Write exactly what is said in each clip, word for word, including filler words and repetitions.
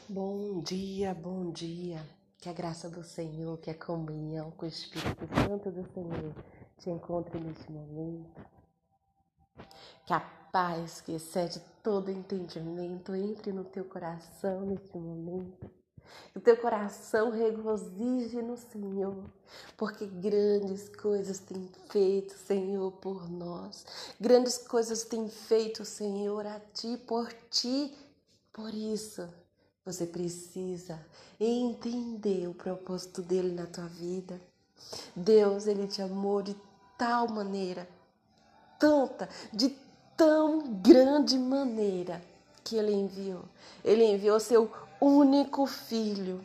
Bom dia, bom dia. Que a graça do Senhor, que a comunhão com o Espírito Santo do Senhor te encontre neste momento. Que a paz que excede todo entendimento entre no teu coração neste momento. Que o teu coração regozije no Senhor, porque grandes coisas tem feito, Senhor, por nós. Grandes coisas tem feito, Senhor, a ti, por ti. Por isso, você precisa entender o propósito dele na tua vida. Deus, ele te amou de tal maneira, tanta, de tão grande maneira, que ele enviou. Ele enviou seu único filho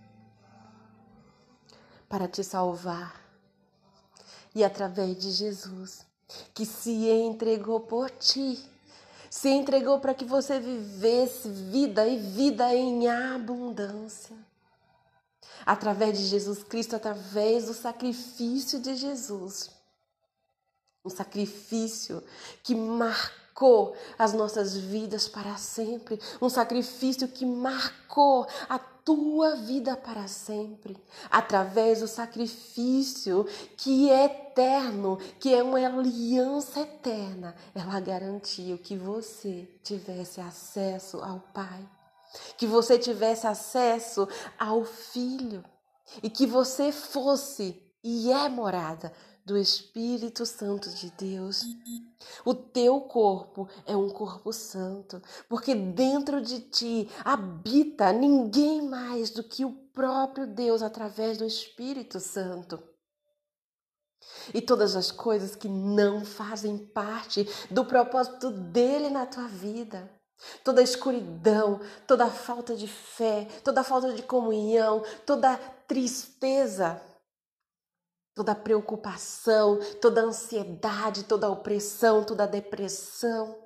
para te salvar. E através de Jesus, que se entregou por ti, se entregou para que você vivesse vida e vida em abundância. Através de Jesus Cristo, através do sacrifício de Jesus. Um sacrifício que marcou as nossas vidas para sempre. Um sacrifício que marcou a tua vida para sempre. Através do sacrifício que é eterno, que é uma aliança eterna. Ela garantiu que você tivesse acesso ao Pai. Que você tivesse acesso ao Filho. E que você fosse e é morada do Espírito Santo de Deus. O teu corpo é um corpo santo, porque dentro de ti habita ninguém mais do que o próprio Deus através do Espírito Santo. E todas as coisas que não fazem parte do propósito dele na tua vida, toda a escuridão, toda a falta de fé, toda a falta de comunhão, toda a tristeza, toda a preocupação, toda a ansiedade, toda a opressão, toda a depressão,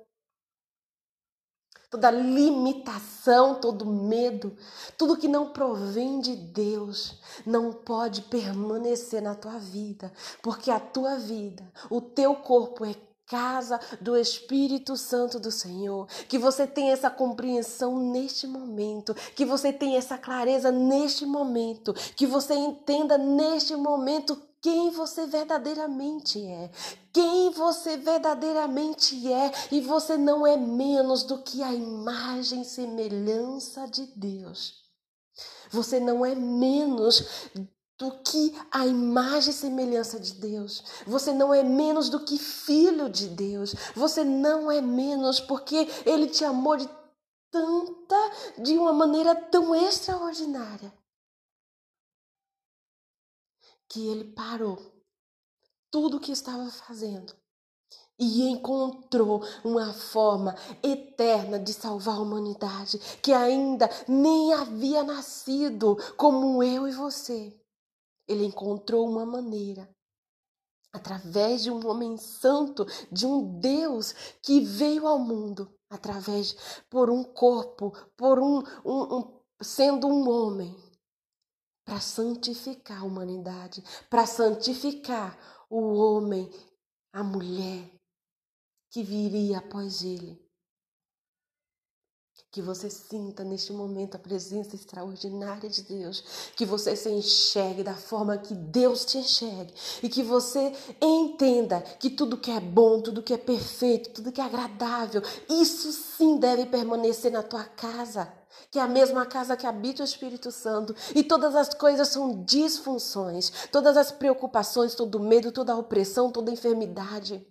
toda a limitação, todo medo, tudo que não provém de Deus não pode permanecer na tua vida, porque a tua vida, o teu corpo é casa do Espírito Santo do Senhor. Que você tenha essa compreensão neste momento, que você tenha essa clareza neste momento, que você entenda neste momento quem você verdadeiramente é, quem você verdadeiramente é, e você não é menos do que a imagem e semelhança de Deus. Você não é menos do que a imagem e semelhança de Deus. Você não é menos do que filho de Deus. Você não é menos porque Ele te amou de tanta, de uma maneira tão extraordinária, que Ele parou tudo o que estava fazendo e encontrou uma forma eterna de salvar a humanidade, que ainda nem havia nascido como eu e você. Ele encontrou uma maneira, através de um homem santo, de um Deus que veio ao mundo, através, por um corpo, por um, um, um sendo um homem, para santificar a humanidade, para santificar o homem, a mulher que viria após ele. Que você sinta neste momento a presença extraordinária de Deus. Que você se enxergue da forma que Deus te enxergue. E que você entenda que tudo que é bom, tudo que é perfeito, tudo que é agradável, isso sim deve permanecer na tua casa. Que é a mesma casa que habita o Espírito Santo. E todas as coisas são disfunções. Todas as preocupações, todo o medo, toda a opressão, toda a enfermidade.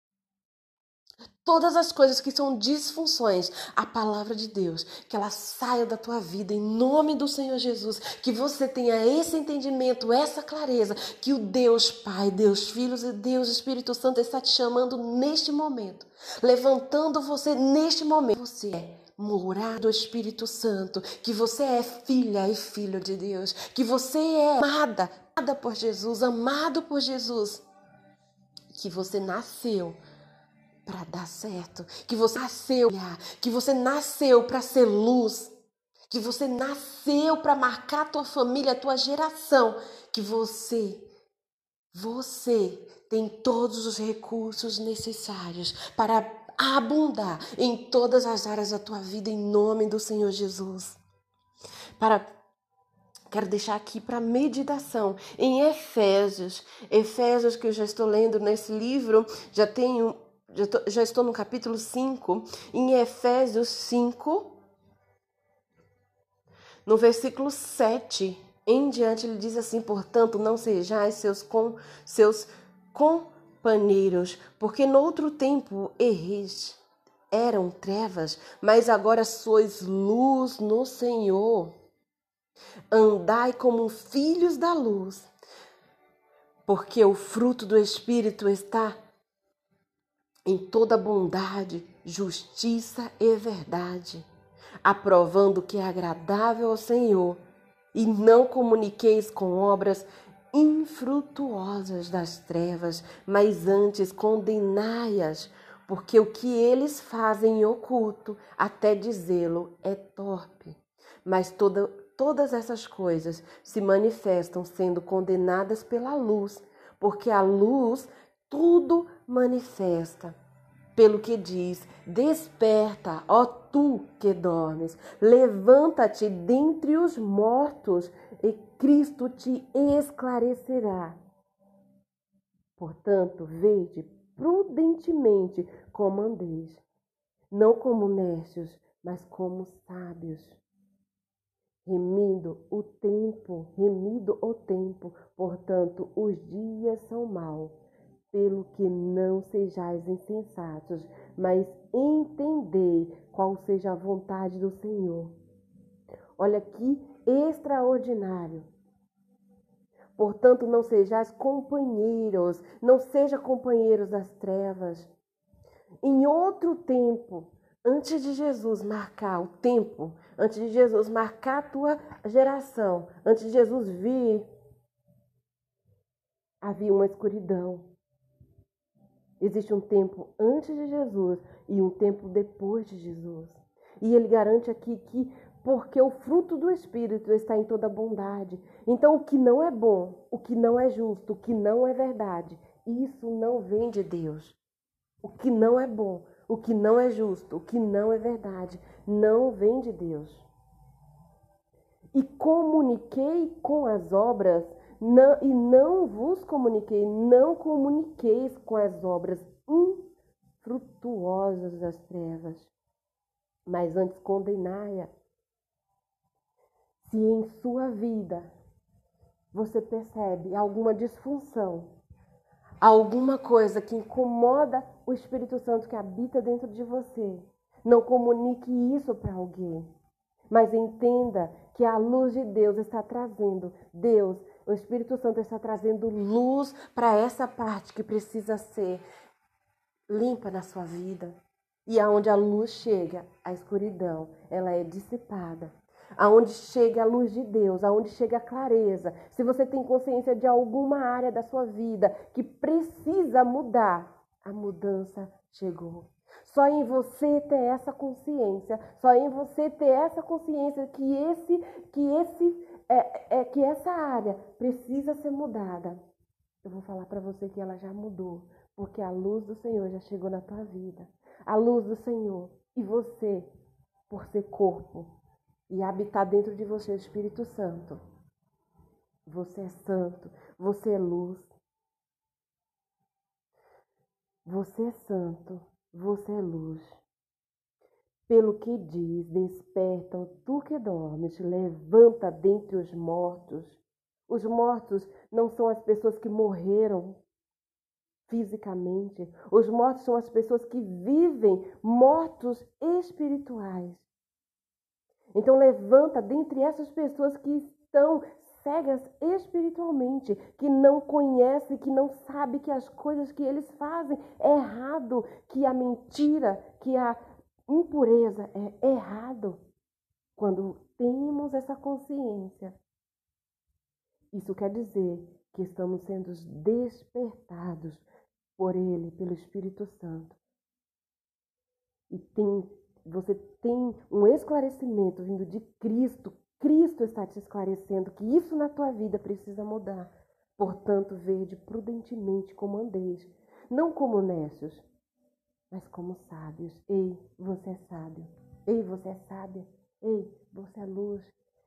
Todas as coisas que são disfunções, a palavra de Deus, que ela saia da tua vida em nome do Senhor Jesus, que você tenha esse entendimento, essa clareza, que o Deus Pai, Deus Filho e Deus Espírito Santo está te chamando neste momento, levantando você neste momento. Você é morada do Espírito Santo, que você é filha e filho de Deus, que você é amada, amada por Jesus, amado por Jesus, que você nasceu para dar certo, que você nasceu, que você nasceu para ser luz, que você nasceu para marcar a tua família, a tua geração, que você, você tem todos os recursos necessários para abundar em todas as áreas da tua vida, em nome do Senhor Jesus. para Quero deixar aqui para meditação em Efésios. Efésios que eu já estou lendo nesse livro, já tenho, já, tô, já estou no capítulo cinco. Em Efésios cinco, no versículo sete em diante, ele diz assim: portanto, não sejais seus, com, seus companheiros, porque no outro tempo erris, eram trevas, mas agora sois luz no Senhor. Andai como filhos da luz, porque o fruto do Espírito está em toda bondade, justiça e verdade, aprovando o que é agradável ao Senhor, e não comuniqueis com obras infrutuosas das trevas, mas antes condenai-as, porque o que eles fazem em oculto, até dizê-lo, é torpe. Mas toda, todas essas coisas se manifestam sendo condenadas pela luz, porque a luz tudo manifesta. Pelo que diz: desperta, ó tu que dormes, levanta-te dentre os mortos e Cristo te esclarecerá. Portanto, vede prudentemente como andeis, não como necios, mas como sábios, remindo o tempo, remido o tempo, portanto, os dias são maus. Pelo que não sejais insensatos, mas entendei qual seja a vontade do Senhor. Olha que extraordinário. Portanto, não sejais companheiros, não seja companheiros das trevas. Em outro tempo, antes de Jesus marcar o tempo, antes de Jesus marcar a tua geração, antes de Jesus vir, havia uma escuridão. Existe um tempo antes de Jesus e um tempo depois de Jesus. E ele garante aqui que porque o fruto do Espírito está em toda bondade. Então, o que não é bom, o que não é justo, o que não é verdade, isso não vem de Deus. O que não é bom, o que não é justo, o que não é verdade, não vem de Deus. E comuniquei com as obras, não, e não vos comuniquei, não comuniqueis com as obras infrutuosas das trevas, mas antes condenai-a. Se em sua vida você percebe alguma disfunção, alguma coisa que incomoda o Espírito Santo que habita dentro de você, não comunique isso para alguém, mas entenda que a luz de Deus está trazendo, Deus, o Espírito Santo está trazendo luz para essa parte que precisa ser limpa na sua vida. E aonde a luz chega, a escuridão, ela é dissipada. Aonde chega a luz de Deus, aonde chega a clareza. Se você tem consciência de alguma área da sua vida que precisa mudar, a mudança chegou. Só em você ter essa consciência, só em você ter essa consciência que esse, que esse, é, é, que essa área precisa ser mudada. Eu vou falar para você que ela já mudou, porque a luz do Senhor já chegou na tua vida. A luz do Senhor. E você, por ser corpo e habitar dentro de você o Espírito Santo, você é santo, você é luz. Você é santo, você é luz. Pelo que diz, desperta, tu que dormes, levanta dentre os mortos. Os mortos não são as pessoas que morreram fisicamente. Os mortos são as pessoas que vivem mortos espirituais. Então levanta dentre essas pessoas que estão cegas espiritualmente, que não conhecem, que não sabem que as coisas que eles fazem é errado, que a mentira, que a impureza é errado. Quando temos essa consciência, isso quer dizer que estamos sendo despertados por Ele, pelo Espírito Santo. E tem, você tem um esclarecimento vindo de Cristo. Cristo está te esclarecendo que isso na tua vida precisa mudar. Portanto, vede prudentemente como andeis, não como necios, mas como sábios. Ei, você é sábio. Ei, você é sábia. Ei, você é luz.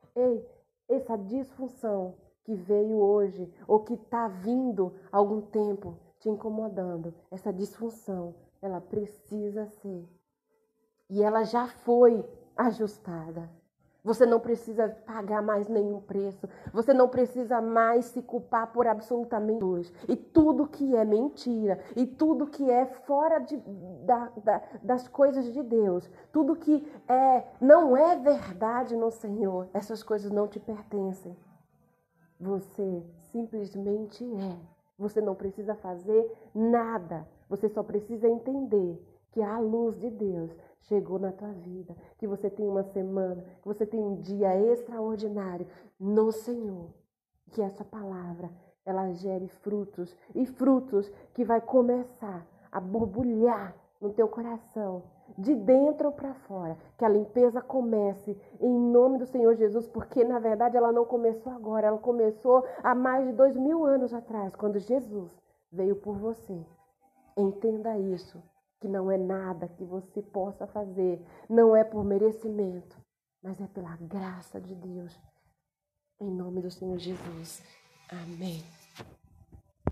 Ei, essa disfunção que veio hoje ou que está vindo há algum tempo te incomodando, essa disfunção, ela precisa ser. E ela já foi ajustada. Você não precisa pagar mais nenhum preço. Você não precisa mais se culpar por absolutamente tudo. E tudo que é mentira, e tudo que é fora de, da, da, das coisas de Deus, tudo que é, não é verdade no Senhor, essas coisas não te pertencem. Você simplesmente é. Você não precisa fazer nada. Você só precisa entender que a luz de Deus chegou na tua vida, que você tem uma semana, que você tem um dia extraordinário no Senhor. Que essa palavra, ela gere frutos, e frutos que vai começar a borbulhar no teu coração, de dentro para fora. Que a limpeza comece em nome do Senhor Jesus, porque na verdade ela não começou agora, ela começou há mais de dois mil anos atrás, quando Jesus veio por você. Entenda isso. Que não é nada que você possa fazer, não é por merecimento, mas é pela graça de Deus. Em nome do Senhor Jesus. Amém.